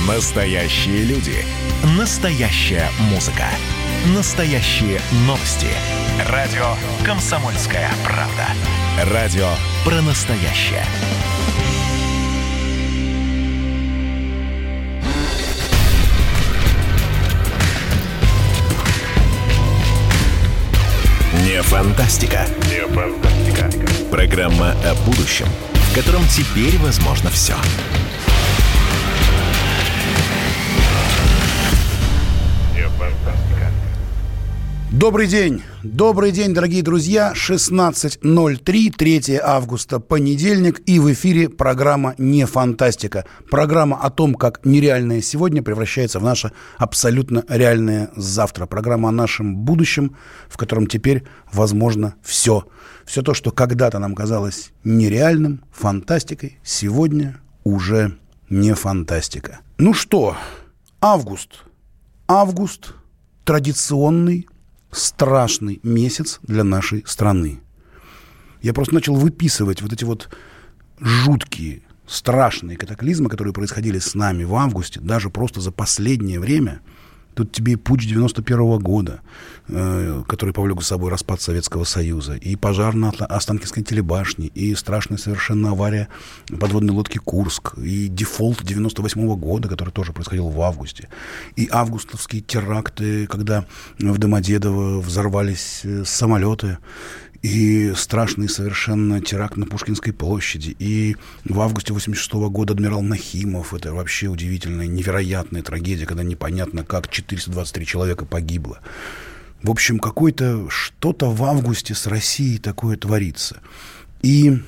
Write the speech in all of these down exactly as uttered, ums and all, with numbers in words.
Настоящие люди. Настоящая музыка. Настоящие новости. Радио «Комсомольская правда». Радио про настоящее. Не фантастика. Не фантастика. Программа о будущем, в котором теперь возможно все. Добрый день, добрый день, дорогие друзья. шестнадцать ноль три, третьего августа, понедельник, и в эфире программа «Не фантастика». Программа о том, как нереальное сегодня превращается в наше абсолютно реальное завтра. Программа о нашем будущем, в котором теперь возможно все. Все то, что когда-то нам казалось нереальным, фантастикой, сегодня уже не фантастика. Ну что, август. Август традиционный, страшный месяц для нашей страны. Я просто начал выписывать вот эти вот жуткие, страшные катаклизмы, которые происходили с нами в августе, даже просто за последнее время. Тут тебе и путч девяносто первого года, э, который повлек за собой распад Советского Союза, и пожар на Останкинской телебашне, и страшная совершенно авария подводной лодки «Курск», и дефолт девяносто восьмого года, который тоже происходил в августе, и августовские теракты, когда в Домодедово взорвались самолеты, и страшный совершенно теракт на Пушкинской площади. И в августе восемьдесят шестого года адмирал Нахимов. Это вообще удивительная, невероятная трагедия, когда непонятно, как четыреста двадцать три человека погибло. В общем, какое-то что-то в августе с Россией такое творится. И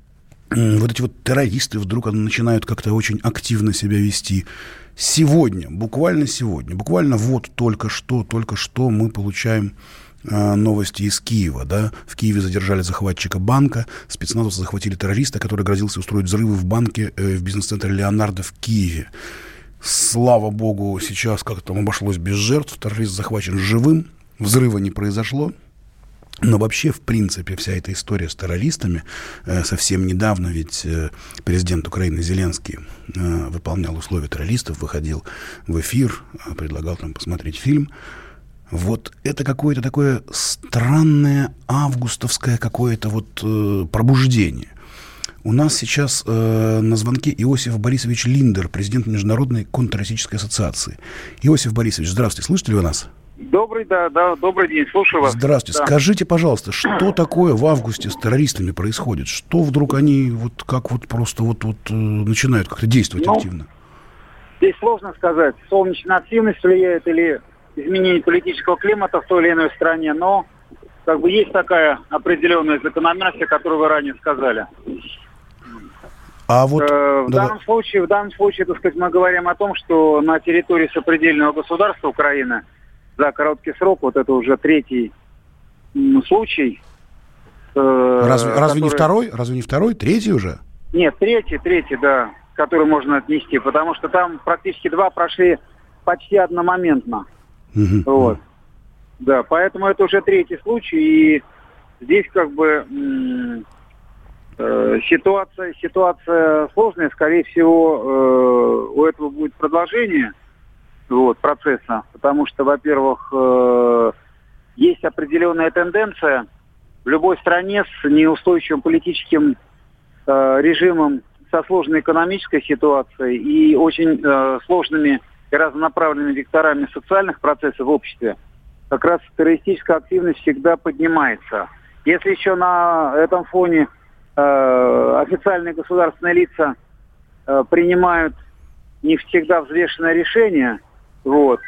вот эти вот террористы вдруг начинают как-то очень активно себя вести. Сегодня, буквально сегодня, буквально вот только что, только что мы получаем новости из Киева, да. В Киеве задержали захватчика банка, спецназовцы захватили террориста, который грозился устроить взрывы в банке э, в бизнес-центре «Леонардо» в Киеве. Слава богу, сейчас как-то там обошлось без жертв, террорист захвачен живым, взрыва не произошло. Но вообще, в принципе, вся эта история с террористами, э, совсем недавно ведь э, президент Украины Зеленский э, выполнял условия террористов, выходил в эфир, э, предлагал там посмотреть фильм. Вот это какое-то такое странное августовское какое-то вот э, пробуждение. У нас сейчас э, на звонке Иосиф Борисович Линдер, президент Международной контртеррористической ассоциации. Иосиф Борисович, здравствуйте, слышите ли вы нас? Добрый, да, да, добрый день, слушаю вас. Здравствуйте. Да. Скажите, пожалуйста, что такое в августе с террористами происходит? Что вдруг они вот как вот просто вот, вот э, начинают как-то действовать ну, активно? Здесь сложно сказать, солнечная активность влияет или изменение политического климата в той или иной стране, но как бы есть такая определенная закономерность, о которой вы ранее сказали. А вот э, в, да, данном случае, в данном случае, так сказать, мы говорим о том, что на территории сопредельного государства Украины за короткий срок, вот это уже третий м, случай. Э, разве, который... разве не второй? Разве не второй? Третий уже? Нет, третий, третий, да, который можно отнести, потому что там практически два прошли почти одномоментно. Uh-huh. Вот. Да, поэтому это уже третий случай, и здесь как бы м- э, ситуация, ситуация сложная, скорее всего, э, у этого будет продолжение вот, процесса, потому что, во-первых, э, есть определенная тенденция в любой стране с неустойчивым политическим э, режимом, со сложной экономической ситуацией и очень э, сложными и разнонаправленными векторами социальных процессов в обществе, как раз террористическая активность всегда поднимается. Если еще на этом фоне э, официальные государственные лица э, принимают не всегда взвешенное решение, вот,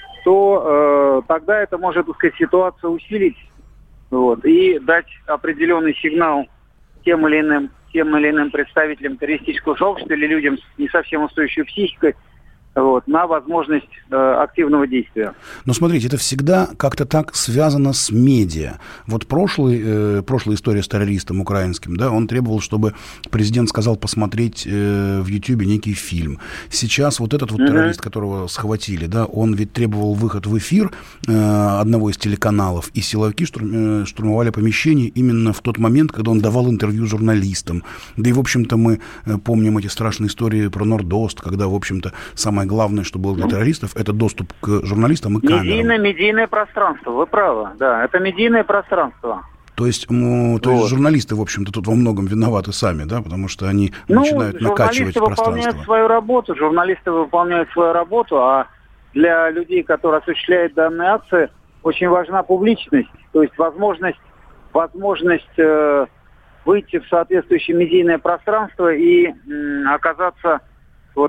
то э, тогда это может, так сказать, ситуацию усилить вот, и дать определенный сигнал тем или иным, тем или иным представителям террористического сообщества или людям с не совсем устойчивой психикой, вот, на возможность э, активного действия. Но смотрите, это всегда как-то так связано с медиа. Вот прошлый, э, прошлая история с террористом украинским, да, он требовал, чтобы президент сказал посмотреть э, в Ютьюбе некий фильм. Сейчас вот этот вот mm-hmm. террорист, которого схватили, да, он ведь требовал выход в эфир э, одного из телеканалов, и силовики штурм, э, штурмовали помещение именно в тот момент, когда он давал интервью журналистам. Да и, в общем-то, мы э, помним эти страшные истории про Нордост, когда, в общем-то, самая самое главное, что было для террористов, это доступ к журналистам и камерам. Медийное, медийное пространство, вы правы, да, это медийное пространство. То есть, ну, то вот. есть журналисты, в общем-то, тут во многом виноваты сами, да, потому что они ну, начинают накачивать пространство. Журналисты выполняют свою работу, журналисты выполняют свою работу, а для людей, которые осуществляют данные акции, очень важна публичность, то есть возможность, возможность э, выйти в соответствующее медийное пространство и м, оказаться вот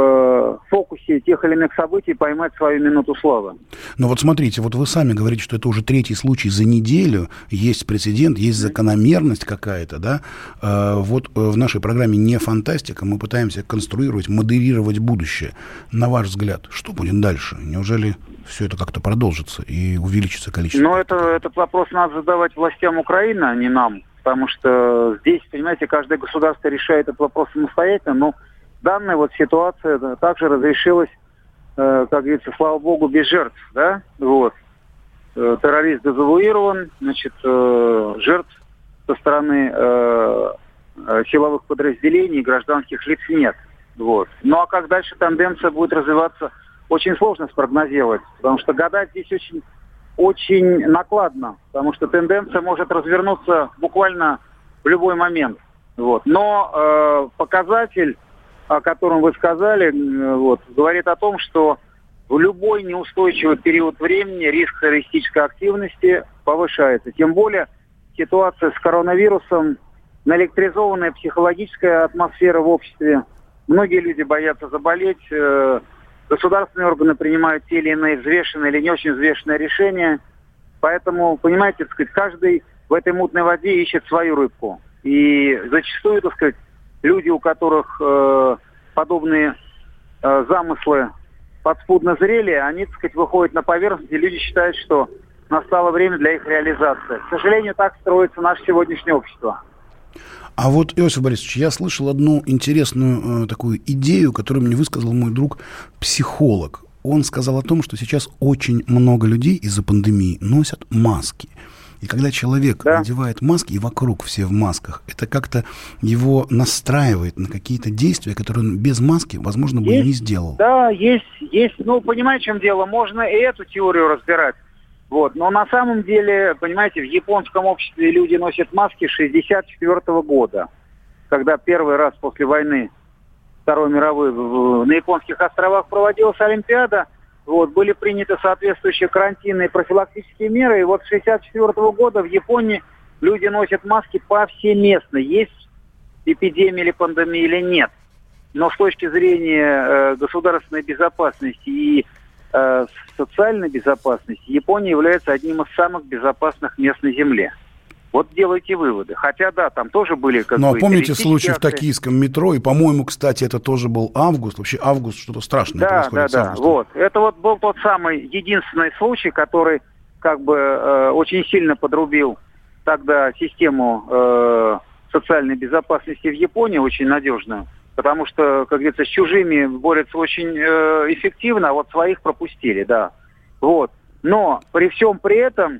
в фокусе тех или иных событий, поймать свою минуту славы. Но вот смотрите, вот вы сами говорите, что это уже третий случай за неделю, есть прецедент, есть закономерность какая-то, да? Вот в нашей программе «Не фантастика» мы пытаемся конструировать, модерировать будущее. На ваш взгляд, что будет дальше? Неужели все это как-то продолжится и увеличится количество? Ну, это, этот вопрос надо задавать властям Украины, а не нам, потому что здесь, понимаете, каждое государство решает этот вопрос самостоятельно, но данная вот ситуация также разрешилась, э, как говорится, слава богу, без жертв, да, вот. Э, террорист дезавуирован, значит, э, жертв со стороны э, э, силовых подразделений и гражданских лиц нет, вот. Ну а как дальше тенденция будет развиваться, очень сложно спрогнозировать, потому что гадать здесь очень, очень накладно, потому что тенденция может развернуться буквально в любой момент, вот. Но э, показатель, о котором вы сказали, вот, говорит о том, что в любой неустойчивый период времени риск террористической активности повышается. Тем более ситуация с коронавирусом, наэлектризованная психологическая атмосфера в обществе. Многие люди боятся заболеть. Государственные органы принимают те или иные взвешенные или не очень взвешенные решения. Поэтому, понимаете, так сказать, каждый в этой мутной воде ищет свою рыбку. И зачастую, так сказать, люди, у которых э, подобные э, замыслы подспудно зрели, они, так сказать, выходят на поверхность, и люди считают, что настало время для их реализации. К сожалению, так строится наше сегодняшнее общество. А вот, Иосиф Борисович, я слышал одну интересную э, такую идею, которую мне высказал мой друг-психолог. Он сказал о том, что сейчас очень много людей из-за пандемии носят маски. И когда человек да. надевает маски, и вокруг все в масках, это как-то его настраивает на какие-то действия, которые он без маски, возможно, бы есть, не сделал. Да, есть, есть. Ну, понимаете, в чем дело? Можно и эту теорию разбирать. Вот. Но на самом деле, понимаете, в японском обществе люди носят маски с шестьдесят четвёртого года, когда первый раз после войны Второй мировой на японских островах проводилась Олимпиада. Вот, были приняты соответствующие карантинные профилактические меры. И вот с шестьдесят четвёртого года в Японии люди носят маски повсеместно. Есть эпидемия или пандемия или нет. Но с точки зрения э, государственной безопасности и э, социальной безопасности Япония является одним из самых безопасных мест на Земле. Вот делайте выводы. Хотя, да, там тоже были... Как ну, а бы, помните случай в токийском метро? И, по-моему, кстати, это тоже был август. Вообще август, что-то страшное да, происходит да, с да, вот. Это вот был тот самый единственный случай, который как бы э, очень сильно подрубил тогда систему э, социальной безопасности в Японии, очень надежную. Потому что, как говорится, с чужими борются очень э, эффективно, а вот своих пропустили, да. Вот. Но при всем при этом...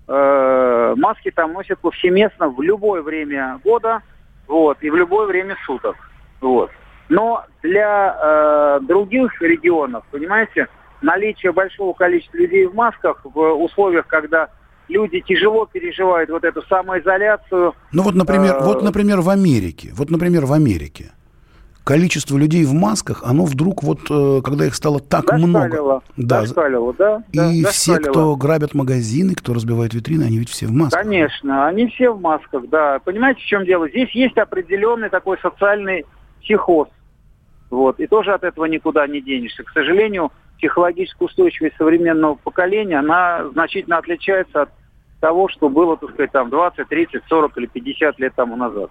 маски там носят повсеместно в любое время года, вот, и в любое время суток, вот. Но для э, других регионов, понимаете, наличие большого количества людей в масках в условиях, когда люди тяжело переживают вот эту самоизоляцию. Ну вот, например, э, вот, например, в Америке, вот, например, в Америке. Количество людей в масках, оно вдруг, вот, когда их стало так зашкалило, много... Да, зашкалило, да. И да, все, кто грабят магазины, кто разбивает витрины, они ведь все в масках. Конечно, они все в масках, да. Понимаете, в чем дело? Здесь есть определенный такой социальный психоз. Вот. И тоже от этого никуда не денешься. К сожалению, психологическая устойчивость современного поколения, она значительно отличается от того, что было, так сказать, там двадцать, тридцать, сорок или пятьдесят лет тому назад.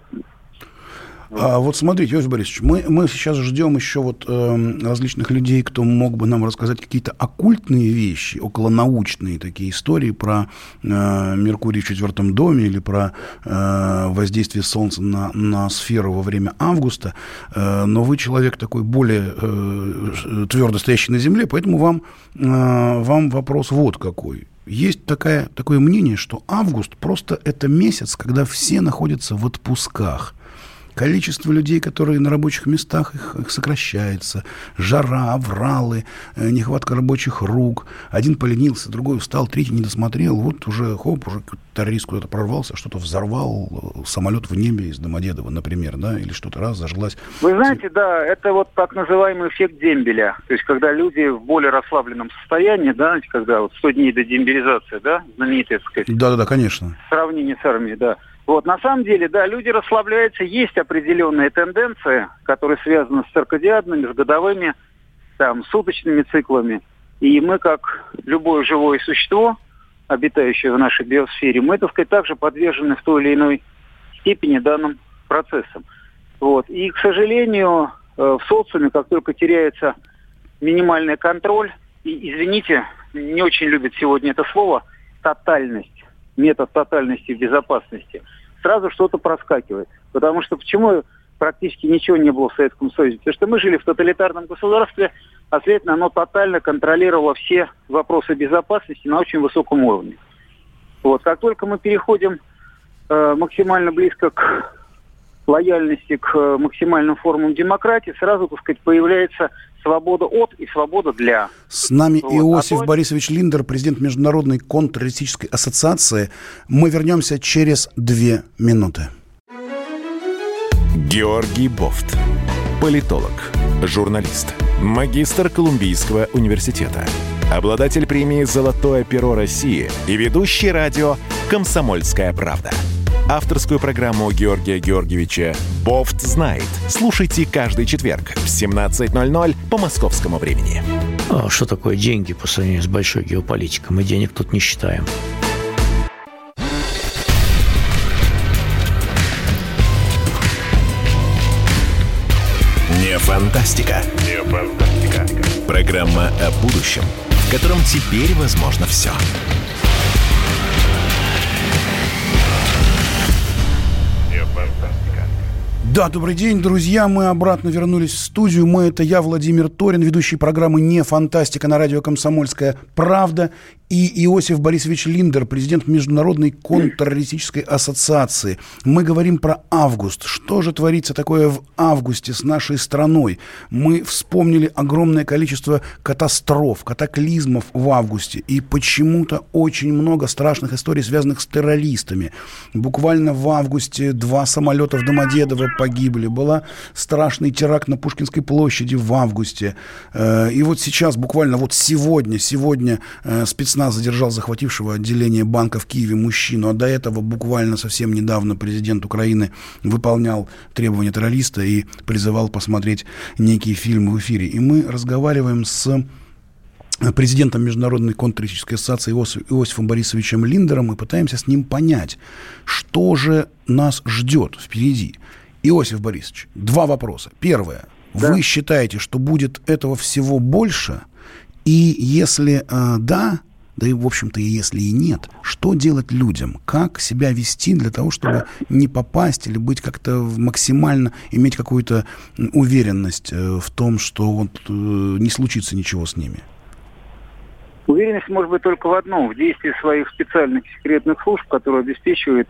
А вот смотрите, Иосиф Борисович, мы, мы сейчас ждем еще вот э, различных людей, кто мог бы нам рассказать какие-то оккультные вещи, околонаучные такие истории про э, Меркурий в четвертом доме или про э, воздействие Солнца на, на сферу во время августа. Э, но вы человек такой более э, твердо стоящий на земле, поэтому вам, э, вам вопрос вот какой. Есть такая, такое мнение, что август просто это месяц, когда все находятся в отпусках. количество людей, которые на рабочих местах, их, их сокращается. Жара, авралы, нехватка рабочих рук. Один поленился, другой устал, третий не досмотрел. Вот уже, хоп, уже террорист куда-то прорвался, что-то взорвал, самолет в небе из Домодедово, например, да, или что-то раз зажглась. Вы знаете, да, это вот так называемый эффект дембеля. То есть, когда люди в более расслабленном состоянии, да, когда вот сто дней до дембелизации, да, знаменитое, так сказать. Да-да-да, конечно. Сравнение с армией, да. Вот, на самом деле, да, люди расслабляются, есть определенные тенденции, которые связаны с циркадианными, с годовыми, там, суточными циклами. И мы, как любое живое существо, обитающее в нашей биосфере, мы, так сказать, также подвержены в той или иной степени данным процессам. Вот. И, к сожалению, в социуме, как только теряется минимальный контроль, и, извините, не очень любят сегодня это слово, тотальность, метод тотальности в безопасности, сразу что-то проскакивает. Потому что почему практически ничего не было в Советском Союзе? Потому что мы жили в тоталитарном государстве, а следовательно, оно тотально контролировало все вопросы безопасности на очень высоком уровне. Вот. Как только мы переходим э, максимально близко к лояльности, к максимальным формам демократии, сразу, так сказать, появляется свобода от и свобода для. С нами вот. Иосиф а то... Борисович Линдер, президент Международной контртеррористической ассоциации. Мы вернемся через две минуты. Георгий Бофт. Политолог, журналист, магистр Колумбийского университета, обладатель премии «Золотое перо России» и ведущий радио «Комсомольская правда». Авторскую программу Георгия Георгиевича «Бофт знает». Слушайте каждый четверг в семнадцать ноль ноль по московскому времени. А что такое деньги по сравнению с большой геополитикой? Мы денег тут не считаем. Не фантастика. Не фантастика. Программа о будущем, в котором теперь возможно все. Да, добрый день, друзья. Мы обратно вернулись в студию. Мы — это я, Владимир Торин, ведущий программы «Не фантастика» на радио «Комсомольская правда», и Иосиф Борисович Линдер, президент Международной контртеррористической ассоциации. Мы говорим про август. Что же творится такое в августе с нашей страной? Мы вспомнили огромное количество катастроф, катаклизмов в августе. И почему-то очень много страшных историй, связанных с террористами. Буквально в августе два самолета в Домодедово погибли. Был страшный теракт на Пушкинской площади в августе. И вот сейчас, буквально вот сегодня, сегодня спецназ задержал захватившего отделение банка в Киеве мужчину, а до этого буквально совсем недавно президент Украины выполнял требования террориста и призывал посмотреть некий фильм в эфире. И мы разговариваем с президентом Международной контртеррористической ассоциации Иосифом Борисовичем Линдером и пытаемся с ним понять, что же нас ждет впереди. Иосиф Борисович, два вопроса. Первое. Да. Вы считаете, что будет этого всего больше? И если э, да, да и, в общем-то, и если и нет, что делать людям? Как себя вести для того, чтобы не попасть или быть как-то максимально, иметь какую-то уверенность в том, что вот не случится ничего с ними? Уверенность может быть только в одном: в действии своих специальных секретных служб, которые обеспечивают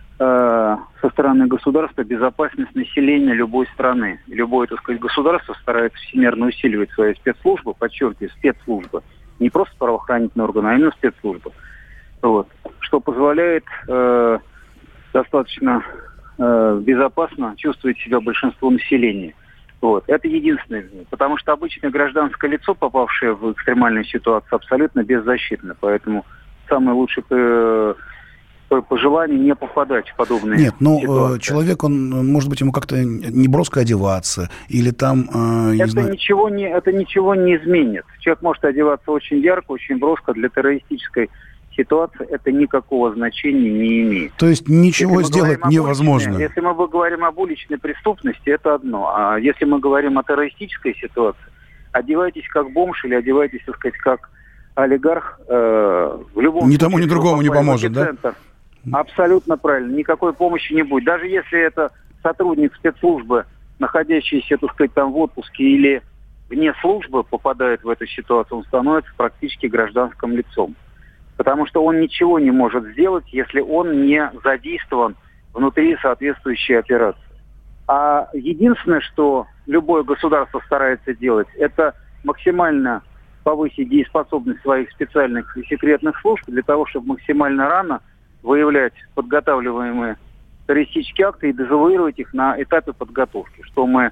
э, со стороны государства безопасность населения любой страны. Любое, так сказать, государство старается всемерно усиливать свои спецслужбы, подчеркиваю, спецслужбы. Не просто правоохранительные органы, а именно спецслужбы. Вот. Что позволяет э, достаточно э, безопасно чувствовать себя большинство населения. Вот. Это единственное. Потому что обычное гражданское лицо, попавшее в экстремальную ситуацию, абсолютно беззащитно. Поэтому самое лучшее э, пожелание не попадать в подобные Нет, ну, ситуации. Человек, он, может быть, ему как-то не броско одеваться, или там... Э, не это, знаю... ничего не, это ничего не изменит. Человек может одеваться очень ярко, очень броско. Для террористической ситуации это никакого значения не имеет. То есть ничего сделать невозможно? Уличной, если мы говорим об уличной преступности, это одно. А если мы говорим о террористической ситуации, одевайтесь как бомж или одевайтесь, так сказать, как олигарх. Э, в любом ни случае, тому, ни другому не поможет, да? Абсолютно правильно. Никакой помощи не будет. Даже если это сотрудник спецслужбы, находящийся, так сказать, там в отпуске или вне службы, попадает в эту ситуацию, он становится практически гражданским лицом. Потому что он ничего не может сделать, если он не задействован внутри соответствующей операции. А единственное, что любое государство старается делать, это максимально повысить дееспособность своих специальных и секретных служб для того, чтобы максимально рано выявлять подготавливаемые террористические акты и дезавуировать их на этапе подготовки, что мы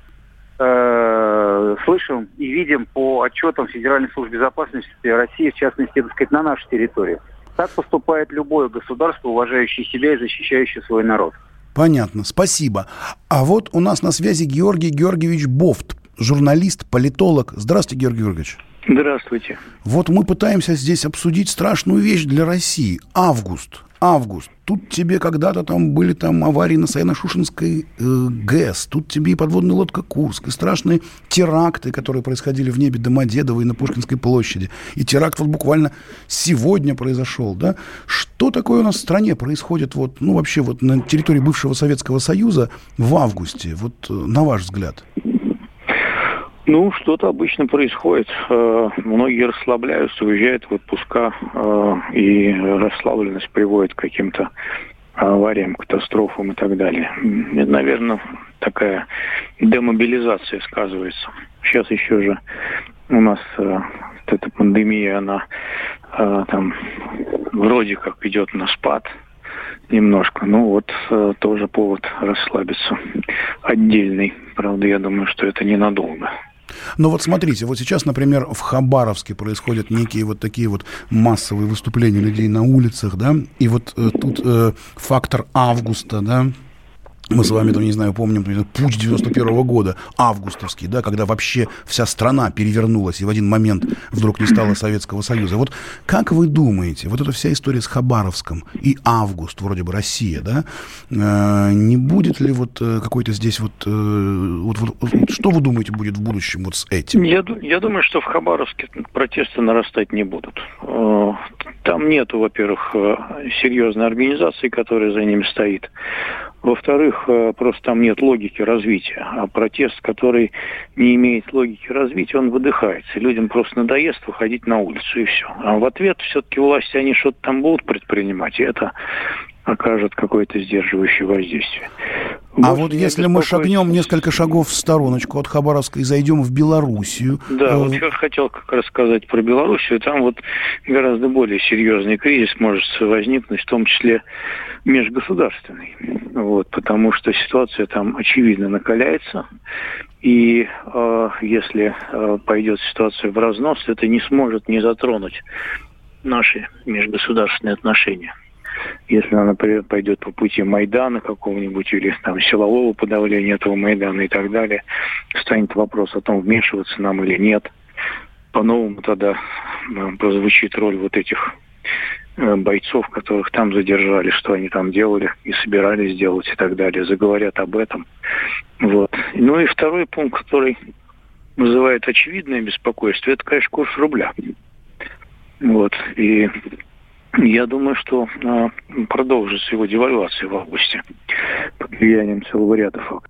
э, слышим и видим по отчетам Федеральной службы безопасности России, в частности, так сказать, на нашей территории. Так поступает любое государство, уважающее себя и защищающее свой народ. Понятно, спасибо. А вот у нас на связи Георгий Георгиевич Бофт, журналист, политолог. Здравствуйте, Георгий Георгиевич. Здравствуйте. Вот мы пытаемся здесь обсудить страшную вещь для России. Август. Август. Тут тебе когда-то там были там аварии на Саяно-Шушенской э, ГЭС. Тут тебе и подводная лодка Курск, и страшные теракты, которые происходили в небе Домодедово и на Пушкинской площади. И теракт вот буквально сегодня произошел, да? Что такое у нас в стране происходит вот, ну, вообще вот на территории бывшего Советского Союза в августе? Вот э, на ваш взгляд. Ну, что-то обычно происходит. Э, многие расслабляются, уезжают в отпуска, э, и расслабленность приводит к каким-то авариям, катастрофам и так далее. Это, наверное, такая демобилизация сказывается. Сейчас еще же у нас э, эта пандемия, она э, там вроде как идет на спад немножко. Ну вот э, тоже повод расслабиться. Отдельный. Правда, я думаю, что это ненадолго. Но вот смотрите, вот сейчас, например, в Хабаровске происходят некие вот такие вот массовые выступления людей на улицах, да, и вот э, тут э, фактор августа, да, мы с вами, там, не знаю, помним, путь девяносто первого года, августовский, да, когда вообще вся страна перевернулась, и в один момент вдруг не стало Советского Союза. Вот как вы думаете, вот эта вся история с Хабаровском и август, вроде бы Россия, да, э, не будет ли вот э, какой-то здесь вот, э, вот, вот, вот, что вы думаете будет в будущем вот с этим? Я, я думаю, что в Хабаровске протесты нарастать не будут. Там нету, во-первых, серьезной организации, которая за ними стоит. Во-вторых, просто там нет логики развития. А протест, который не имеет логики развития, он выдыхается. И людям просто надоест выходить на улицу, и все. А в ответ все-таки власти, они что-то там будут предпринимать, и это окажет какое-то сдерживающее воздействие. А вот если мы шагнем несколько шагов в стороночку от Хабаровска и зайдем в Белоруссию... Да, э... вот я хотел как раз сказать про Белоруссию. Там вот гораздо более серьезный кризис может возникнуть, в том числе межгосударственный. Вот, потому что ситуация там очевидно накаляется. И э, если э, пойдет ситуация в разнос, это не сможет не затронуть наши межгосударственные отношения. Если она, например, пойдет по пути Майдана какого-нибудь или там силового подавления этого Майдана и так далее, станет вопрос о том, вмешиваться нам или нет. По-новому тогда прозвучит роль вот этих бойцов, которых там задержали, что они там делали и собирались делать и так далее. Заговорят об этом. Вот. Ну и второй пункт, который вызывает очевидное беспокойство, это, конечно, курс рубля. Вот. И я думаю, что а, продолжится его девальвация в августе под влиянием целого ряда факторов.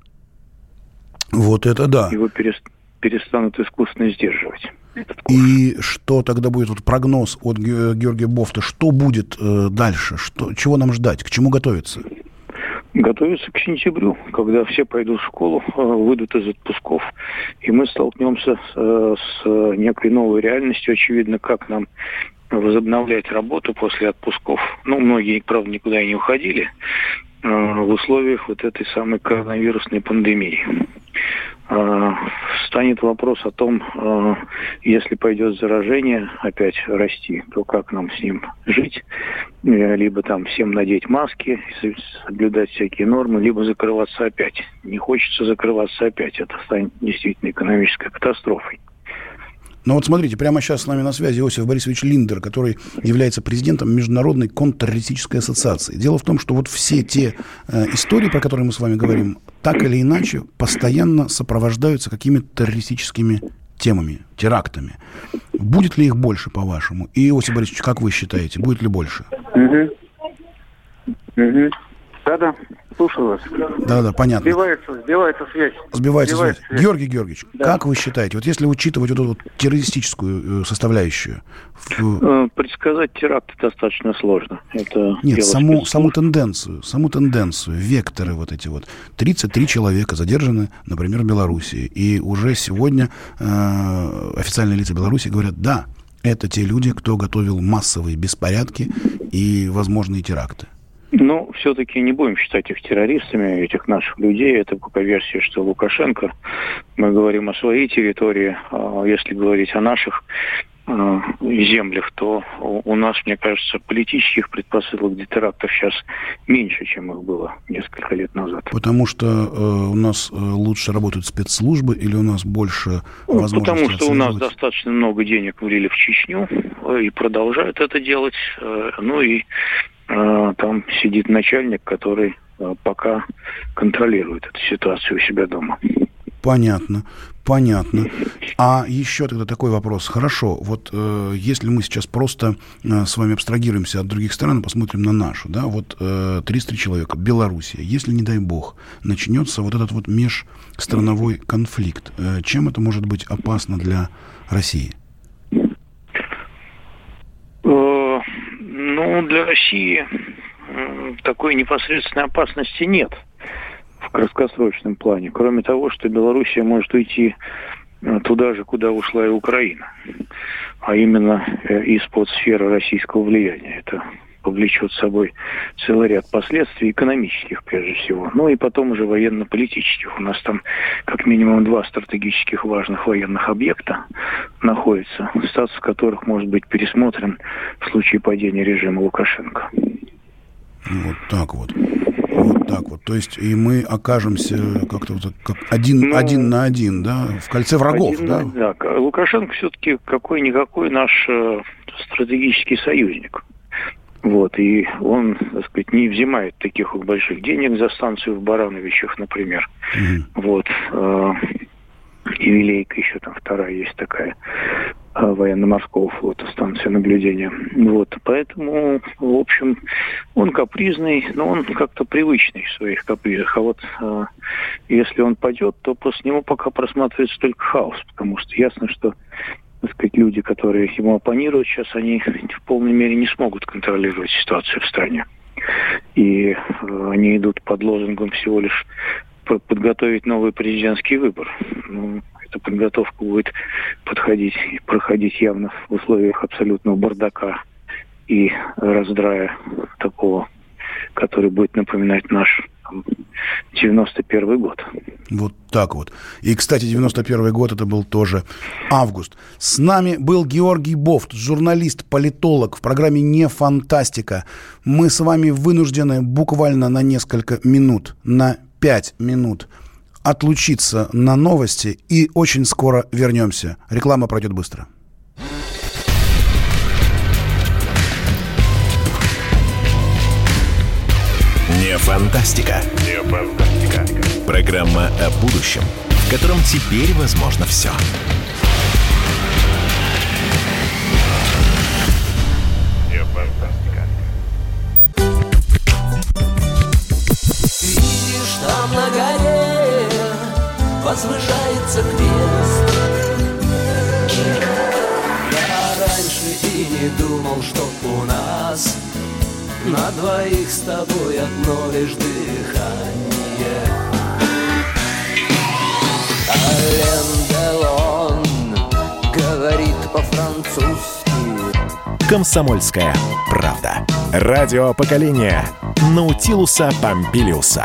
Вот это да. Его перест... перестанут искусственно сдерживать. И что тогда будет, вот прогноз от Георгия Бофта, что будет э, дальше, что, чего нам ждать, к чему готовиться? Готовиться к сентябрю, когда все пойдут в школу, выйдут из отпусков, и мы столкнемся с, с некой новой реальностью, очевидно, как нам возобновлять работу после отпусков. Ну, многие, правда, никуда и не уходили э, в условиях вот этой самой коронавирусной пандемии. Э, станет вопрос о том, э, если пойдет заражение опять расти, то как нам с ним жить? Э, либо там всем надеть маски, соблюдать всякие нормы, либо закрываться опять. Не хочется закрываться опять. Это станет действительно экономической катастрофой. Но вот смотрите, прямо сейчас с нами на связи Иосиф Борисович Линдер, который является президентом Международной контртеррористической ассоциации. Дело в том, что вот все те э, истории, про которые мы с вами говорим, так или иначе постоянно сопровождаются какими-то террористическими темами, терактами. Будет ли их больше, по-вашему? И, Иосиф Борисович, как вы считаете, будет ли больше? Угу. Угу. Да-да, слушаю вас. Да-да, понятно. Сбивается, сбивается связь. Сбивается, сбивается связь. связь. Георгий Георгиевич, Да. как вы считаете, вот если учитывать вот эту вот террористическую составляющую... В... Предсказать теракты достаточно сложно. Это Нет, дело саму, спецслужб. саму тенденцию, саму тенденцию, векторы вот эти вот. тридцать три человека задержаны, например, в Белоруссии. И уже сегодня э, официальные лица Беларуси говорят, да, это те люди, кто готовил массовые беспорядки и возможные теракты. Но все-таки не будем считать их террористами, этих наших людей. Это пока версия, что Лукашенко. Мы говорим о своей территории. А если говорить о наших э, землях, то у нас, мне кажется, политических предпосылок для терактов сейчас меньше, чем их было несколько лет назад. Потому что э, у нас э, лучше работают спецслужбы или у нас больше Ну, возможностей потому что у нас отслеживать? достаточно много денег влили в Чечню э, и продолжают это делать. Э, ну и э, там сидит начальник, который э, пока контролирует эту ситуацию у себя дома. Понятно, понятно. А еще тогда такой вопрос. Хорошо, вот э, если мы сейчас просто э, с вами абстрагируемся от других стран и посмотрим на нашу, да, вот э, тридцать три человека, Белоруссия, если, не дай бог, начнется вот этот вот межстрановой конфликт, э, чем это может быть опасно для России? Э, ну, для России э, такой непосредственной опасности нет в краткосрочном плане. Кроме того, что Белоруссия может уйти э, туда же, куда ушла и Украина. А именно э, из-под сферы российского влияния. Это повлечет с собой целый ряд последствий, экономических прежде всего. Ну и потом уже военно-политических. У нас там как минимум два стратегических важных военных объекта находятся, статус которых может быть пересмотрен в случае падения режима Лукашенко. Вот так вот. Вот так вот. То есть и мы окажемся как-то вот как один, Ну, один на один, да, в кольце врагов, Один, да? да. Лукашенко все-таки какой-никакой наш э, стратегический союзник. Вот, и он, так сказать, не взимает таких вот больших денег за станцию в Барановичах, например. Мгм. Вот. Э, и Вилейка еще там вторая есть такая, э, военно-морского флота, станция наблюдения. Вот, поэтому, в общем, он капризный, но он как-то привычный в своих капризах. А вот э, если он падет, то после него пока просматривается только хаос, потому что ясно, что, так сказать, люди, которые ему оппонируют сейчас, они в полной мере не смогут контролировать ситуацию в стране. И э, они идут под лозунгом всего лишь подготовить новый президентский выбор. Ну, эта подготовка будет подходить и проходить явно в условиях абсолютного бардака и раздрая такого, который будет напоминать наш там, девяносто первый год. Вот так вот. И, кстати, девяносто первый год, это был тоже август. С нами был Георгий Бофт, журналист, политолог в программе «Не фантастика». Мы с вами вынуждены буквально на несколько минут, на пять минут отлучиться на новости и очень скоро вернемся. Реклама пройдет быстро. Не фантастика. Не фантастика. Программа о будущем, в котором теперь возможно все. Не фантастика. Видишь, там на горе возвышается крест. Я раньше и не думал, что у нас на двоих с тобой одно лишь дыхание. Ален Делон говорит по-французски. «Комсомольская правда». Радио поколения Наутилуса Помпилиуса.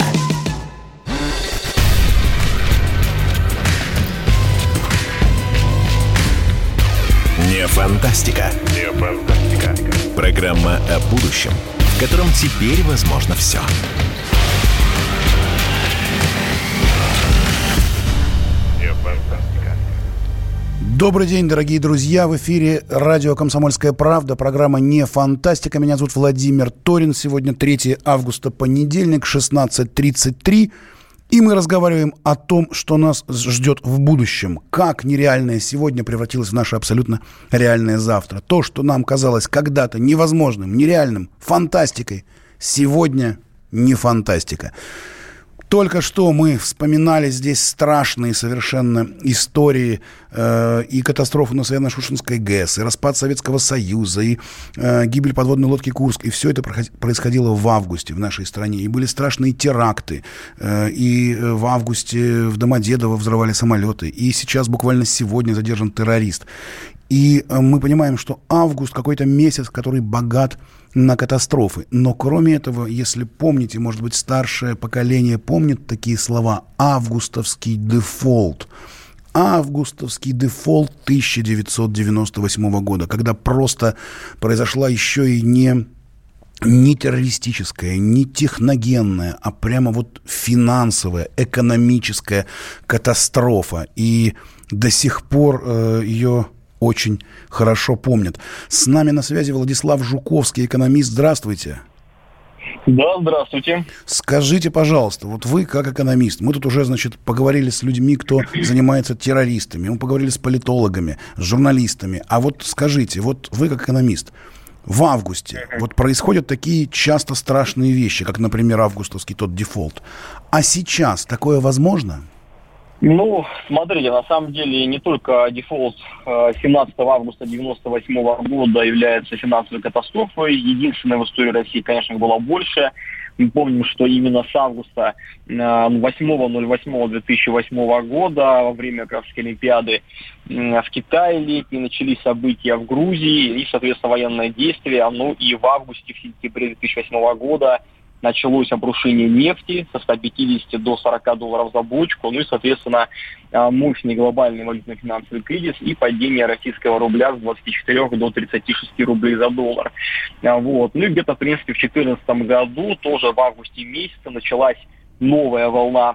Не фантастика. Не фантастика. Программа о будущем, в котором теперь возможно все. Не фантастика. Добрый день, дорогие друзья. В эфире радио «Комсомольская правда», программа «Не фантастика». Меня зовут Владимир Торин. Сегодня третьего августа, понедельник, шестнадцать тридцать три. И мы разговариваем о том, что нас ждет в будущем. Как нереальное сегодня превратилось в наше абсолютно реальное завтра. То, что нам казалось когда-то невозможным, нереальным, фантастикой, сегодня не фантастика. Только что мы вспоминали здесь страшные совершенно истории э, и катастрофу на Саяно-Шушенской ГЭС, и распад Советского Союза, и э, гибель подводной лодки «Курск». И все это происходило в августе в нашей стране. И были страшные теракты. Э, и в августе в Домодедово взрывали самолеты. И сейчас буквально сегодня задержан террорист. И мы понимаем, что август какой-то месяц, который богат на катастрофы. Но кроме этого, если помните, может быть, старшее поколение помнит такие слова: августовский дефолт. Августовский дефолт тысяча девятьсот девяносто восьмого года, когда просто произошла еще и не... не террористическая, не техногенная, а прямо вот финансовая, экономическая катастрофа. И до сих пор э, ее очень хорошо помнят. С нами на связи Владислав Жуковский, экономист. Здравствуйте. Да, здравствуйте. Скажите, пожалуйста, вот вы как экономист, мы тут уже, значит, поговорили с людьми, кто занимается террористами, мы поговорили с политологами, с журналистами. А вот скажите, вот вы как экономист, в августе вот происходят такие часто страшные вещи, как, например, августовский тот дефолт. А сейчас такое возможно? Ну, смотрите, на самом деле не только дефолт семнадцатого августа девяносто восьмого года является финансовой катастрофой. Единственная в истории России, конечно, была больше. Мы помним, что именно с августа восьмого ноль восьмого две тысячи восьмого года, во время Крымской Олимпиады в Китае летние, начались события в Грузии и, соответственно, военное действие. Ну и в августе, в сентябре две тысячи восьмого года началось обрушение нефти со ста пятидесяти до сорока долларов за бочку, ну и, соответственно, мощный глобальный валютно-финансовый кризис и падение российского рубля с двадцати четырёх до тридцати шести рублей за доллар. Вот. Ну и где-то, в принципе, в две тысячи четырнадцатом году, тоже в августе месяце, началась новая волна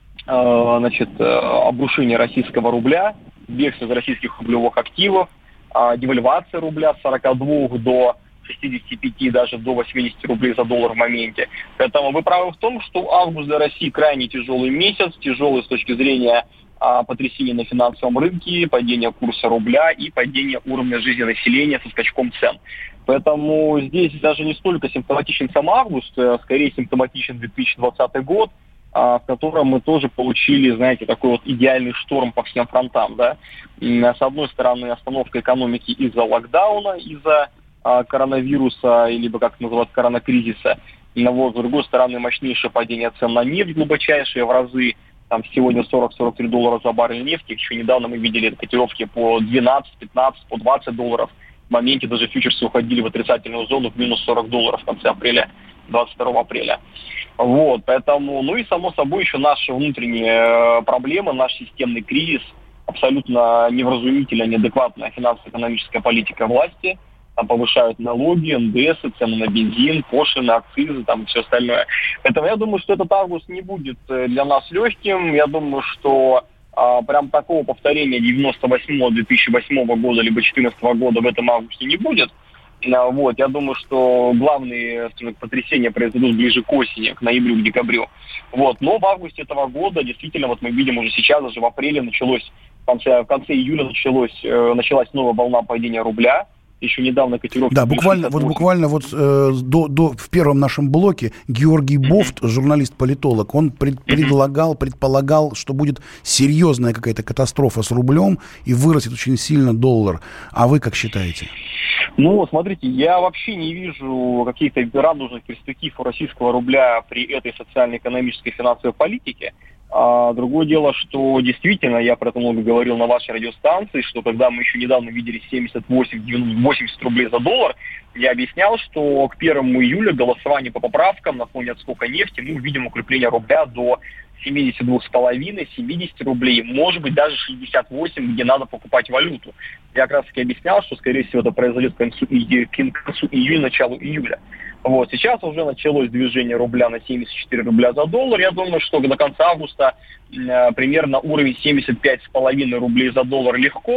э, значит, обрушения российского рубля, бегство из российских рублевых активов, э, девальвация рубля с сорока двух до шестидесяти пяти, даже до восьмидесяти рублей за доллар в моменте. Поэтому вы правы в том, что август для России крайне тяжелый месяц, тяжелый с точки зрения а, потрясений на финансовом рынке, падения курса рубля и падения уровня жизни населения со скачком цен. Поэтому здесь даже не столько симптоматичен сам август, а скорее симптоматичен две тысячи двадцатый год, а, в котором мы тоже получили, знаете, такой вот идеальный шторм по всем фронтам. Да? С одной стороны, остановка экономики из-за локдауна, из-за коронавируса, либо, как это называют, коронакризиса. Вот, с другой стороны, мощнейшее падение цен на нефть, глубочайшее в разы. Там сегодня сорок - сорок три доллара за баррель нефти. Еще недавно мы видели котировки по двенадцать - пятнадцать, по двадцать долларов. В моменте даже фьючерсы уходили в отрицательную зону в минус сорок долларов в конце апреля, двадцать второго апреля. Вот, поэтому, ну и само собой еще наши внутренние проблемы, наш системный кризис, абсолютно невразумительная, неадекватная финансово-экономическая политика власти. Там повышают налоги, эн дэ эсы, цены на бензин, пошлины, акцизы, там и все остальное. Поэтому я думаю, что этот август не будет для нас легким. Я думаю, что а, прям такого повторения девяносто восьмого - две тысячи восьмого года, либо две тысячи четырнадцатого года в этом августе не будет. А, вот, я думаю, что главные сказать, потрясения произойдут ближе к осени, к ноябрю, к декабрю. Вот, но в августе этого года, действительно, вот мы видим уже сейчас, даже в апреле началось, в конце, в конце июля началось, э, началась новая волна падения рубля. Еще недавно котировки... Да, буквально вот, буквально вот э, до, до, в первом нашем блоке Георгий Бофт, mm-hmm. журналист-политолог, он пред, mm-hmm. предлагал, предполагал, что будет серьезная какая-то катастрофа с рублем и вырастет очень сильно доллар. А вы как считаете? Ну, смотрите, я вообще не вижу каких-то радужных перспектив у российского рубля при этой социально-экономической финансовой политике. А другое дело, что действительно, я про это много говорил на вашей радиостанции, что когда мы еще недавно видели семьдесят восемь - восемьдесят рублей за доллар, я объяснял, что к первому июля голосование по поправкам на фоне отскока нефти мы увидим укрепление рубля до семидесяти двух с половиной - семидесяти рублей, может быть даже шестьдесят восемь, где надо покупать валюту. Я как раз таки объяснял, что скорее всего это произойдет к концу, и- к концу июля, началу июля. Вот, сейчас уже началось движение рубля на семьдесят четыре рубля за доллар. Я думаю, что до конца августа э, примерно уровень семьдесят пять с половиной рублей за доллар легко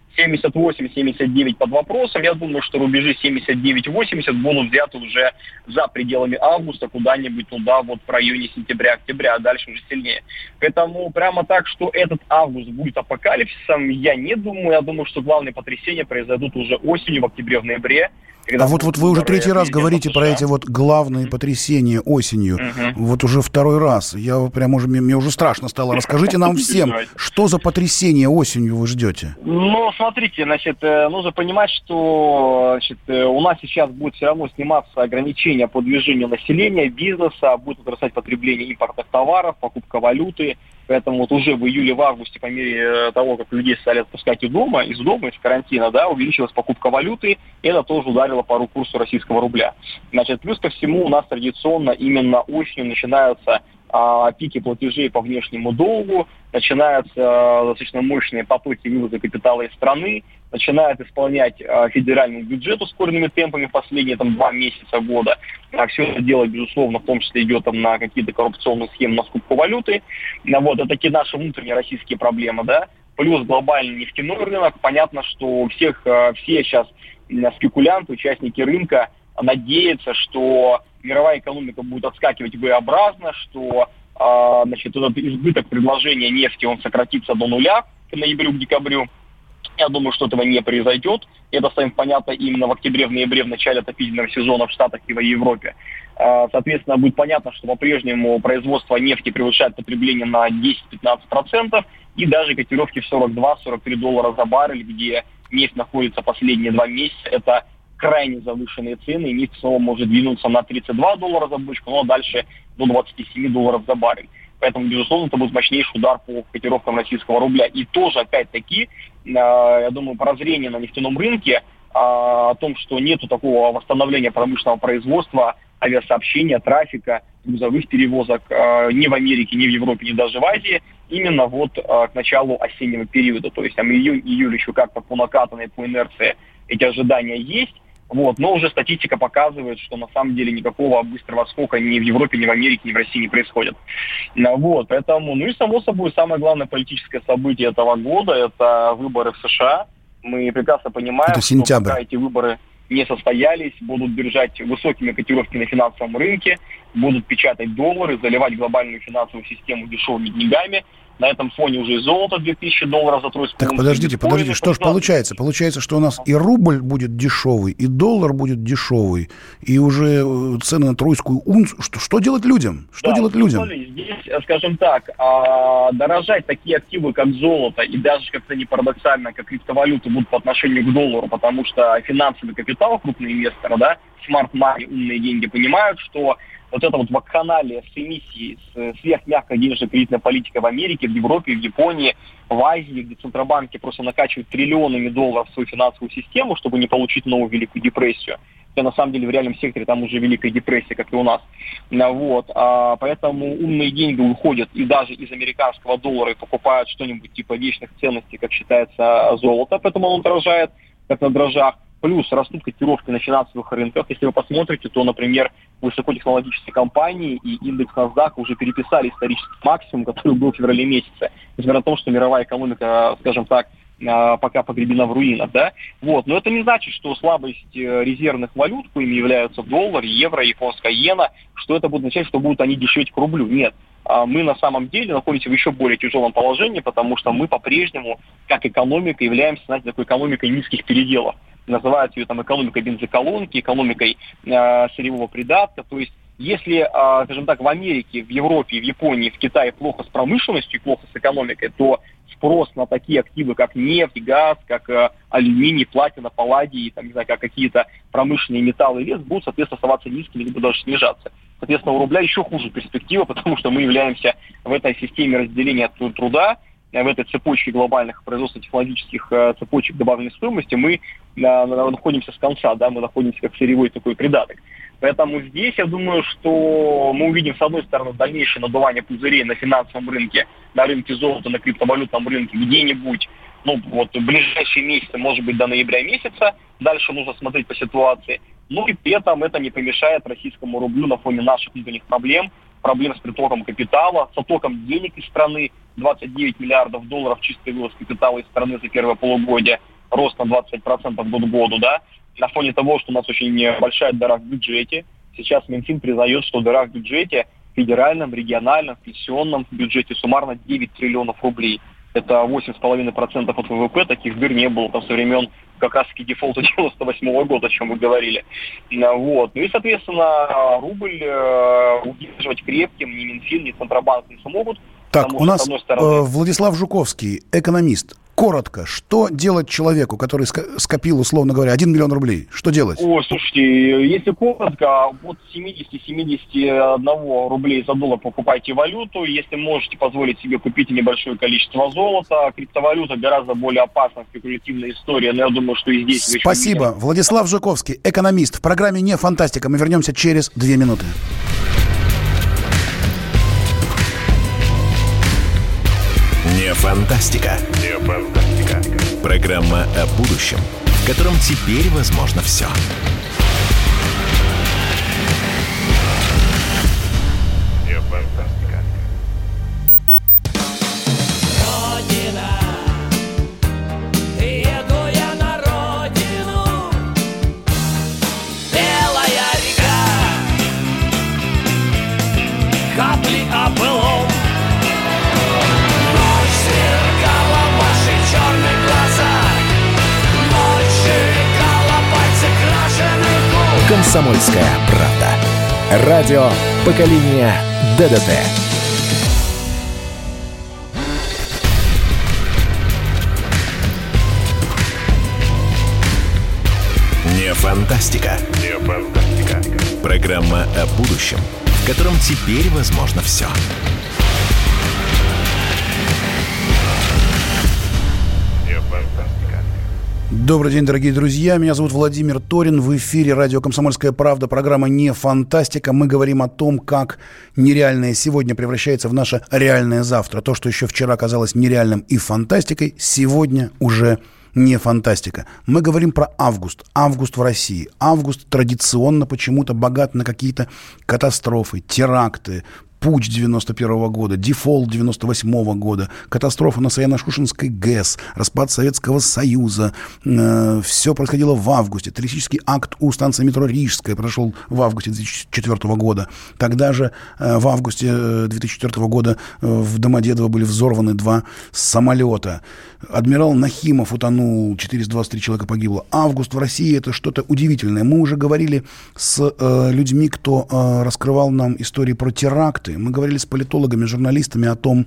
семьдесят восемь - семьдесят девять под вопросом. Я думаю, что рубежи семьдесят девять - восемьдесят будут взяты уже за пределами августа, куда-нибудь туда, вот в районе сентября-октября, а дальше уже сильнее. Поэтому прямо так, что этот август будет апокалипсисом, я не думаю. Я думаю, что главные потрясения произойдут уже осенью, в октябре, в ноябре. А вот, вот вы уже третий раз говорите про эти вот главные потрясения осенью. Угу. Вот уже второй раз. Я прям уже, мне уже страшно стало. Расскажите нам всем, что за потрясение осенью вы ждете? Ну, смотрите, значит, нужно понимать, что значит, у нас сейчас будет все равно сниматься ограничения по движению населения, бизнеса, будет возрастать потребление импортных товаров, покупка валюты. Поэтому вот уже в июле, в августе, по мере того, как людей стали отпускать из дома, из дома, из карантина, да, увеличилась покупка валюты, и это тоже ударило по курсу российского рубля. Значит, плюс ко всему у нас традиционно именно осенью начинаются а, пики платежей по внешнему долгу, начинаются а, достаточно мощные потоки вывода капитала из страны, начинает исполнять а, федеральный бюджет ускоренными темпами в последние там, два месяца года. А все это дело, безусловно, в том числе идет там, на какие-то коррупционные схемы на скупку валюты. А, вот, это такие наши внутренние российские проблемы, да. Плюс глобальный нефтяной рынок. Понятно, что у всех, а, все сейчас спекулянты, участники рынка надеются, что мировая экономика будет отскакивать V-образно, что а, значит, этот избыток предложения нефти он сократится до нуля к ноябрю, к декабрю. Я думаю, что этого не произойдет. Это станет понятно именно в октябре, в ноябре, в начале отопительного сезона в Штатах и в Европе. Соответственно, будет понятно, что по-прежнему производство нефти превышает потребление на десять-пятнадцать процентов. И даже котировки в сорок два - сорок три доллара за баррель, где нефть находится последние два месяца, это крайне завышенные цены. И нефть снова может двинуться на тридцать два доллара за бочку, но дальше до двадцати семи долларов за баррель. Поэтому, безусловно, это будет мощнейший удар по котировкам российского рубля. И тоже, опять-таки, я думаю, прозрение на нефтяном рынке о том, что нету такого восстановления промышленного производства, авиасообщения, трафика, грузовых перевозок ни в Америке, ни в Европе, ни даже в Азии, именно вот к началу осеннего периода. То есть там июнь, июль еще как-то по накатанной, по инерции эти ожидания есть. Вот, но уже статистика показывает, что на самом деле никакого быстрого отскока ни в Европе, ни в Америке, ни в России не происходит. Вот, поэтому, ну и само собой, самое главное политическое событие этого года – это выборы в США. Мы прекрасно понимаем, это сентябрь. Что пока эти выборы не состоялись, будут держать высокими котировки на финансовом рынке, будут печатать доллары, заливать глобальную финансовую систему дешевыми деньгами. На этом фоне уже и золото две тысячи долларов за тройскую. Так подождите, подождите, что же получается? Получается, что у нас и рубль будет дешевый, и доллар будет дешевый, и уже цены на тройскую унцию. Что, что делать людям? Что да, делать людям? Здесь, скажем так, дорожать такие активы, как золото, и даже как-то не парадоксально, как криптовалюты будут по отношению к доллару, потому что финансовый капитал, крупные инвесторы, да, smart money, умные деньги, понимают, что вот это вот вакханалия с эмиссией, с сверхмягкой денежно-кредитной политикой в Америке, в Европе, в Японии, в Азии, где центробанки просто накачивают триллионами долларов в свою финансовую систему, чтобы не получить новую Великую депрессию. Хотя на самом деле в реальном секторе там уже Великая депрессия, как и у нас. Вот. А поэтому умные деньги уходят и даже из американского доллара и покупают что-нибудь типа вечных ценностей, как считается, золото, поэтому оно дорожает, как на дрожжах. Плюс растут котировки на финансовых рынках. Если вы посмотрите, то, например, высокотехнологические компании и индекс NASDAQ уже переписали исторический максимум, который был в феврале месяце. Несмотря на то, что мировая экономика, скажем так, пока погребена в руинах, да. Вот. Но это не значит, что слабость резервных валют, коими являются доллар, евро, японская иена, что это будет означать, что будут они дешеветь к рублю. Нет. Мы на самом деле находимся в еще более тяжелом положении, потому что мы по-прежнему, как экономика, являемся, знаете, такой экономикой низких переделов. Называют ее там экономикой бензоколонки, экономикой э, сырьевого придатка. То есть, если, э, скажем так, в Америке, в Европе, в Японии, в Китае плохо с промышленностью и плохо с экономикой, то спрос на такие активы, как нефть, газ, как э, алюминий, платина, палладий, там, не знаю, как какие-то промышленные металлы и лес, будут, соответственно, оставаться низкими, либо даже снижаться. Соответственно, у рубля еще хуже перспектива, потому что мы являемся в этой системе разделения труда, в этой цепочке глобальных производственно-технологических э, цепочек добавленной стоимости мы э, находимся с конца, да, мы находимся как сырьевой такой придаток. Поэтому здесь, я думаю, что мы увидим, с одной стороны, дальнейшее надувание пузырей на финансовом рынке, на рынке золота, на криптовалютном рынке, где-нибудь, ну, вот, в ближайшие месяцы, может быть, до ноября месяца, дальше нужно смотреть по ситуации. Ну и при этом это не помешает российскому рублю на фоне наших внутренних проблем, проблем с притоком капитала, с оттоком денег из страны, двадцать девять миллиардов долларов чистой вывоз капитала из страны за первое полугодие, рост на двадцать пять процентов год к году, да, на фоне того, что у нас очень большая дыра в бюджете. Сейчас Минфин признает, что дыра в бюджете, в федеральном, региональном, пенсионном бюджете суммарно девять триллионов рублей. Это восемь целых пять десятых процента от вэ вэ пэ, таких дыр не было там со времен как раз-таки дефолта девяносто восьмого года, о чем вы говорили. Вот. Ну и, соответственно, рубль э, удерживать крепким ни Минфин, ни Центробанк не смогут. Так, потому, у нас что, стороны... э, Владислав Жуковский, экономист. Коротко, что делать человеку, который скопил, условно говоря, один миллион рублей? Что делать? О, слушайте, если коротко, от семьдесят-семьдесят один рублей за доллар покупайте валюту. Если можете позволить себе купить небольшое количество золота. Криптовалюта гораздо более опасная, спекулятивная история, но я думаю, что и здесь... Спасибо. Владислав Жуковский, экономист. В программе «Не фантастика». Мы вернемся через две минуты. Не фантастика. Не фантастика. Программа о будущем, в котором теперь возможно все. Не фантастика. Родина, еду я на родину. Белая река, капли о былом. «Комсомольская правда». Радио поколения дэ дэ тэ. Не фантастика. Не фантастика. Программа о будущем, в котором теперь возможно все. Добрый день, дорогие друзья. Меня зовут Владимир Торин. В эфире радио «Комсомольская правда». Программа «Не фантастика». Мы говорим о том, как нереальное сегодня превращается в наше реальное завтра. То, что еще вчера казалось нереальным и фантастикой, сегодня уже не фантастика. Мы говорим про август. Август в России. Август традиционно почему-то богат на какие-то катастрофы, теракты, путч девяносто первого года, дефолт девяносто восьмого года, катастрофа на Саяно-Шушенской ГЭС, распад Советского Союза. Э, все происходило в августе. Террористический акт у станции метро Рижская прошел в августе две тысячи четвёртого года. Тогда же э, в августе две тысячи четвёртого года э, в Домодедово были взорваны два самолета. Адмирал Нахимов утонул, четыреста двадцать три человека погибло. Август в России — это что-то удивительное. Мы уже говорили с э, людьми, кто э, раскрывал нам истории про теракты. Мы говорили с политологами, журналистами о том,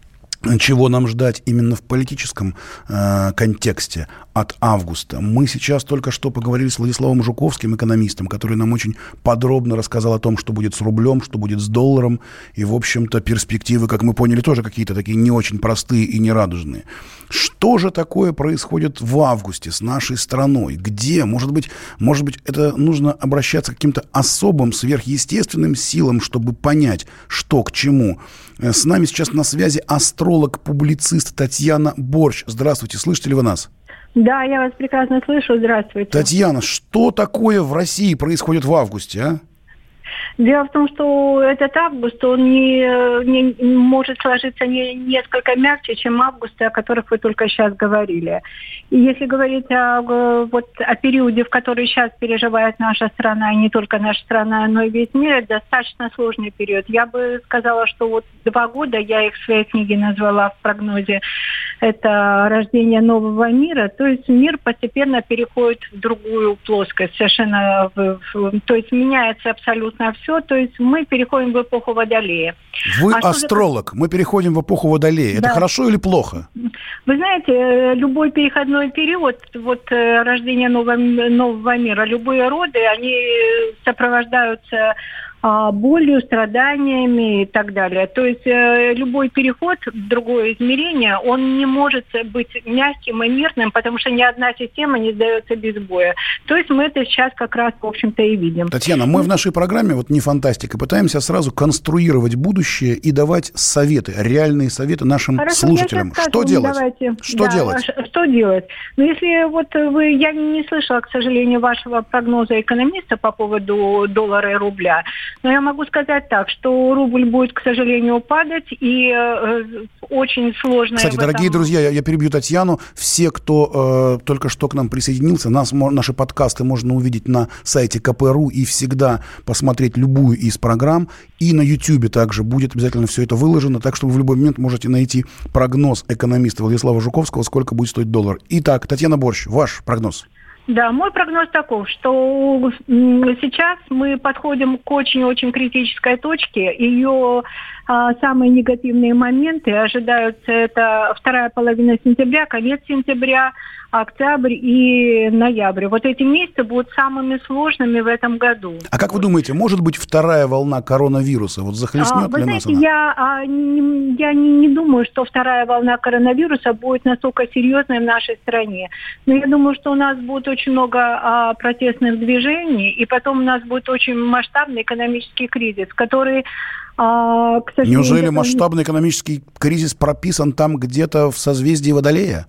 чего нам ждать именно в политическом э, контексте от августа. Мы сейчас только что поговорили с Владиславом Жуковским, экономистом, который нам очень подробно рассказал о том, что будет с рублем, что будет с долларом. И, в общем-то, перспективы, как мы поняли, тоже какие-то такие не очень простые и нерадужные. Что же такое происходит в августе с нашей страной? Где? Может быть, может быть, это нужно обращаться к каким-то особым сверхъестественным силам, чтобы понять, что к чему. С нами сейчас на связи астролог-публицист Татьяна Борщ. Здравствуйте, слышите ли вы нас? Да, я вас прекрасно слышу. Здравствуйте. Татьяна, что такое в России происходит в августе, а? Дело в том, что этот август, он не, не может сложиться не, несколько мягче, чем августы, о которых вы только сейчас говорили. И если говорить о, вот, о периоде, в который сейчас переживает наша страна, и не только наша страна, но и весь мир, это достаточно сложный период. Я бы сказала, что вот два года, я их в своей книге назвала в прогнозе, это рождение нового мира, то есть мир постепенно переходит в другую плоскость, совершенно, в, в, то есть меняется абсолютно все, то есть мы переходим в эпоху Водолея. Вы а астролог, же... мы переходим в эпоху Водолея. Да. Это хорошо или плохо? Вы знаете, любой переходной период, вот рождение нового, нового мира, любые роды, они сопровождаются болью, страданиями и так далее. То есть э, любой переход в другое измерение, он не может быть мягким и мирным, потому что ни одна система не сдается без боя. То есть мы это сейчас как раз, в общем-то, и видим. Татьяна, мы в нашей программе, вот «Не фантастика», пытаемся сразу конструировать будущее и давать советы, реальные советы нашим Хорошо, слушателям. Скажу, что делать? давайте. Что да, делать? Что делать? Ну, если вот вы, я не слышала, к сожалению, вашего прогноза экономиста по поводу доллара и рубля. Но я могу сказать так, что рубль будет, к сожалению, падать, и э, очень сложно... Кстати, дорогие этом... друзья, я, я перебью Татьяну. Все, кто э, только что к нам присоединился, нас, наши подкасты можно увидеть на сайте ка пэ точка ру и всегда посмотреть любую из программ. И на Ютьюбе также будет обязательно все это выложено, так что вы в любой момент можете найти прогноз экономиста Владислава Жуковского, сколько будет стоить доллар. Итак, Татьяна Борщ, ваш прогноз. Да, мой прогноз таков, что сейчас мы подходим к очень-очень критической точке. Ее а, самые негативные моменты ожидаются, это вторая половина сентября, конец сентября, октябрь и ноябрь. Вот эти месяцы будут самыми сложными в этом году. А как вы думаете, может быть вторая волна коронавируса? Вот захлестнет а, ли вы нас знаете, она? Я, а, не, я не, не думаю, что вторая волна коронавируса будет настолько серьезной в нашей стране. Но я думаю, что у нас будет очень много а, протестных движений, и потом у нас будет очень масштабный экономический кризис, который... А, к сожалению, Неужели масштабный экономический кризис прописан там где-то в созвездии Водолея?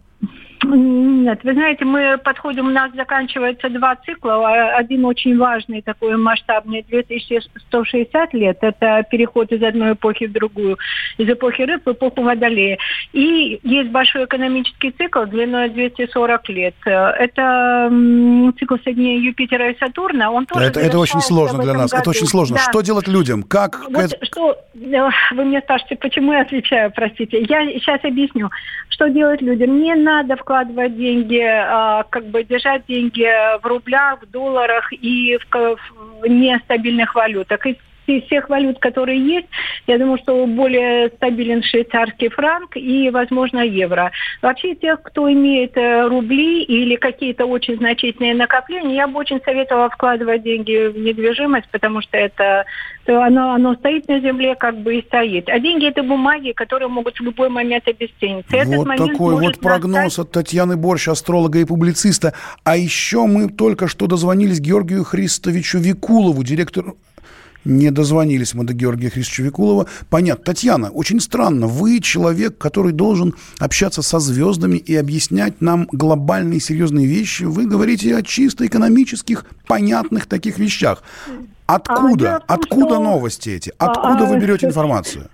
Нет, вы знаете, мы подходим, у нас заканчивается два цикла. Один очень важный, такой масштабный, две тысячи сто шестьдесят лет. Это переход из одной эпохи в другую, из эпохи рыб в эпоху Водолея. И есть большой экономический цикл длиной двести сорок лет. Это цикл соединения Юпитера и Сатурна. Он тоже это, это очень сложно для нас. Году. Это очень сложно. Да. Что делать людям? Как? Вот это... что вы мне спрашиваете, почему я отвечаю, простите. Я сейчас объясню, что делать людям. Не надо вкладывать деньги, как бы держать деньги в рублях, в долларах и в, в нестабильных валютах. Из всех валют, которые есть, я думаю, что более стабилен швейцарский франк и, возможно, евро. Вообще, тех, кто имеет рубли или какие-то очень значительные накопления, я бы очень советовала вкладывать деньги в недвижимость, потому что это оно, оно стоит на земле, как бы и стоит. А деньги – это бумаги, которые могут в любой момент обесцениться. Вот Этот такой вот прогноз настать... от Татьяны Борщ, астролога и публициста. А еще мы только что дозвонились Георгию Христовичу Викулову, директору. Не дозвонились мы до Георгия Христовича Викулова. Понятно. Татьяна, очень странно. Вы человек, который должен общаться со звездами и объяснять нам глобальные серьезные вещи. Вы говорите о чисто экономических, понятных таких вещах. Откуда? А, том, Откуда что... новости эти? Откуда а, вы берете информацию?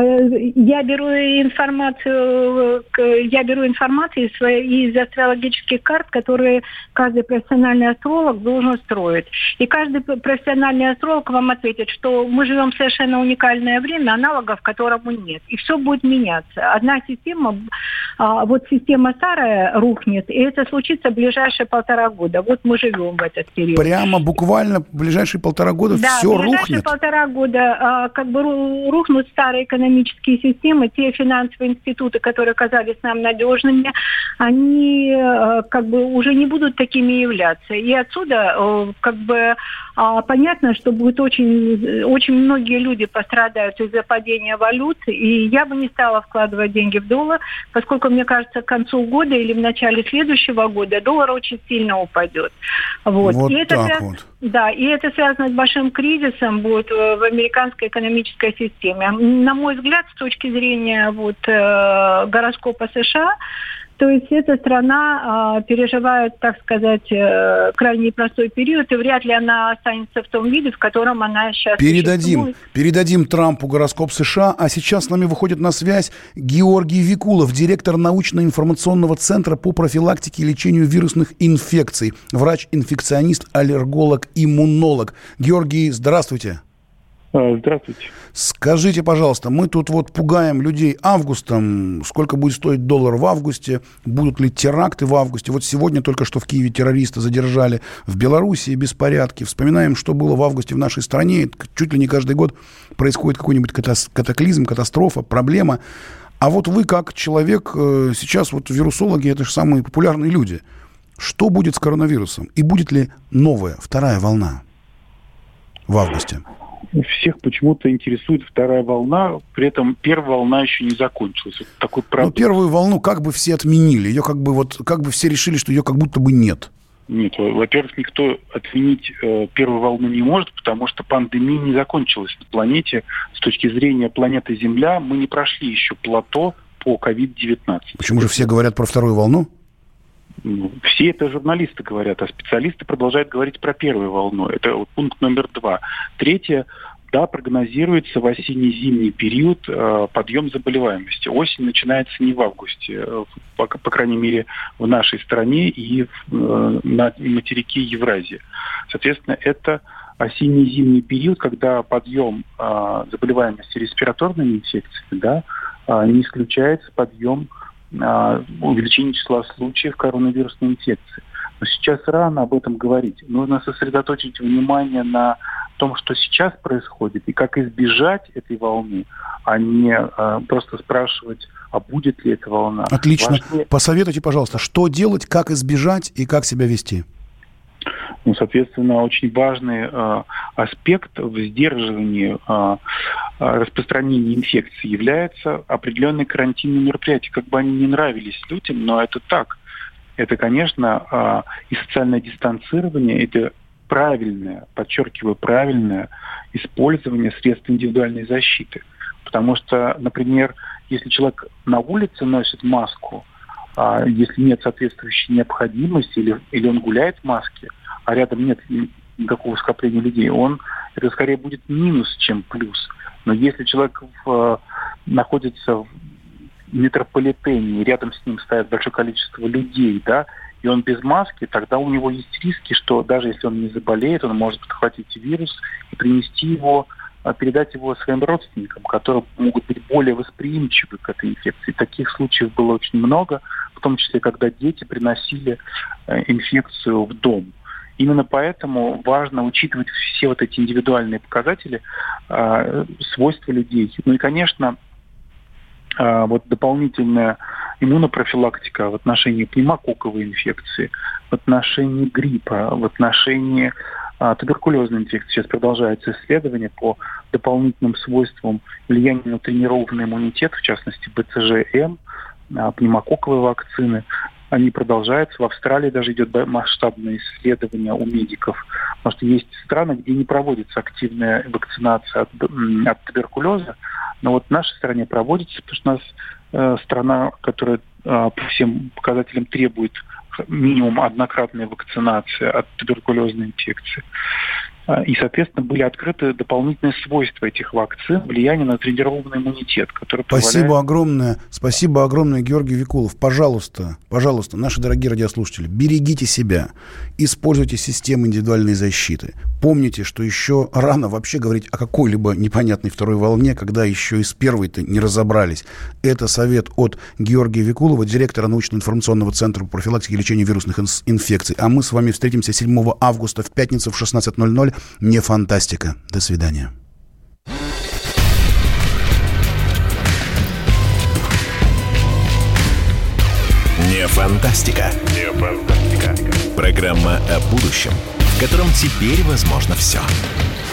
Я беру информацию, я беру информацию из, из астрологических карт, которые каждый профессиональный астролог должен строить. И каждый профессиональный астролог вам ответит, что мы живем в совершенно уникальное время, аналогов которому нет. И все будет меняться. Одна система, вот система старая рухнет, и это случится в ближайшие полтора года. Вот мы живем в этот период. Прямо буквально в ближайшие полтора года да, все рухнет? Да, в ближайшие рухнет. полтора года как бы рухнут старые экономические экономические системы, те финансовые институты, которые казались нам надежными, они как бы уже не будут такими являться. И отсюда как бы понятно, что будет очень, очень многие люди пострадают из-за падения валют, и я бы не стала вкладывать деньги в доллар, поскольку, мне кажется, к концу года или в начале следующего года доллар очень сильно упадет. Вот, вот и это так связано, вот. Да, и это связано с большим кризисом будет в американской экономической системе. На мой взгляд, с точки зрения вот, гороскопа США, то есть эта страна э, переживает, так сказать, э, крайне непростой период, и вряд ли она останется в том виде, в котором она сейчас передадим, существует. Передадим Трампу гороскоп США, а сейчас с нами выходит на связь Георгий Викулов, директор научно-информационного центра по профилактике и лечению вирусных инфекций, врач-инфекционист, аллерголог, иммунолог. Георгий, здравствуйте. Здравствуйте. Скажите, пожалуйста, мы тут вот пугаем людей августом. Сколько будет стоить доллар в августе? Будут ли теракты в августе? Вот сегодня только что в Киеве террориста задержали. В Белоруссии беспорядки. Вспоминаем, что было в августе в нашей стране. Чуть ли не каждый год происходит какой-нибудь катаклизм, катастрофа, проблема. А вот вы, как человек, сейчас вот вирусологи, это же самые популярные люди. Что будет с коронавирусом? И будет ли новая, вторая волна в августе? Всех почему-то интересует вторая волна, при этом первая волна еще не закончилась. Вот такой Но первую волну как бы все отменили, ее как бы вот как бы все решили, что ее как будто бы нет. Нет, во-первых, никто отменить э, первую волну не может, потому что пандемия не закончилась на планете. С точки зрения планеты Земля мы не прошли еще плато по ковид девятнадцать. Почему же все говорят про вторую волну? Все это журналисты говорят, а специалисты продолжают говорить про первую волну. Это вот пункт номер два. Третье. Да, прогнозируется в осенне-зимний период э, подъем заболеваемости. Осень начинается не в августе, э, по, по крайней мере, в нашей стране и в, э, на материке Евразии. Соответственно, это осенне-зимний период, когда подъем э, заболеваемости респираторными инфекциями, да, э, не исключается подъем э, увеличения числа случаев коронавирусной инфекции. Но сейчас рано об этом говорить. Нужно сосредоточить внимание на том, что сейчас происходит, и как избежать этой волны, а не э, просто спрашивать, а будет ли эта волна. Отлично. Важнее... Посоветуйте, пожалуйста, что делать, как избежать и как себя вести? Ну, соответственно, очень важный э, аспект в сдерживании э, распространения инфекции является определенные карантинные мероприятия. Как бы они ни нравились людям, но это так. Это, конечно, э, и социальное дистанцирование, это правильное, подчеркиваю, правильное использование средств индивидуальной защиты. Потому что, например, если человек на улице носит маску, а если нет соответствующей необходимости, или, или он гуляет в маске, а рядом нет никакого скопления людей, он, это скорее будет минус, чем плюс. Но если человек в, находится в метрополитене, и рядом с ним стоит большое количество людей, да, и он без маски, тогда у него есть риски, что даже если он не заболеет, он может подхватить вирус и принести его, передать его своим родственникам, которые могут быть более восприимчивы к этой инфекции. Таких случаев было очень много, в том числе, когда дети приносили инфекцию в дом. Именно поэтому важно учитывать все вот эти индивидуальные показатели, свойства людей. Ну и, конечно, вот дополнительная иммунопрофилактика в отношении пневмококковой инфекции, в отношении гриппа, в отношении а, туберкулезной инфекции. Сейчас продолжается исследование по дополнительным свойствам влияния на тренированный иммунитет, в частности бэ цэ жэ эм, а, пневмококковые вакцины. Они продолжаются. В Австралии даже идет масштабное исследование у медиков. Потому что есть страны, где не проводится активная вакцинация от, от туберкулеза. Но вот в нашей стране проводится, потому что у нас э, страна, которая э, по всем показателям требует минимум однократной вакцинации от туберкулезной инфекции. И, соответственно, были открыты дополнительные свойства этих вакцин, влияние на тренированный иммунитет, который позволяет... Спасибо огромное. Спасибо огромное, Георгий Викулов. Пожалуйста, пожалуйста, наши дорогие радиослушатели, берегите себя, используйте систему индивидуальной защиты. Помните, что еще рано вообще говорить о какой-либо непонятной второй волне, когда еще и с первой-то не разобрались. Это совет от Георгия Викулова, директора научно-информационного центра по профилактике и лечению вирусных инфекций. А мы с вами встретимся седьмого августа в пятницу в шестнадцать ноль ноль. Не фантастика. До свидания. Не фантастика. Не фантастика. Программа о будущем, в котором теперь возможно все.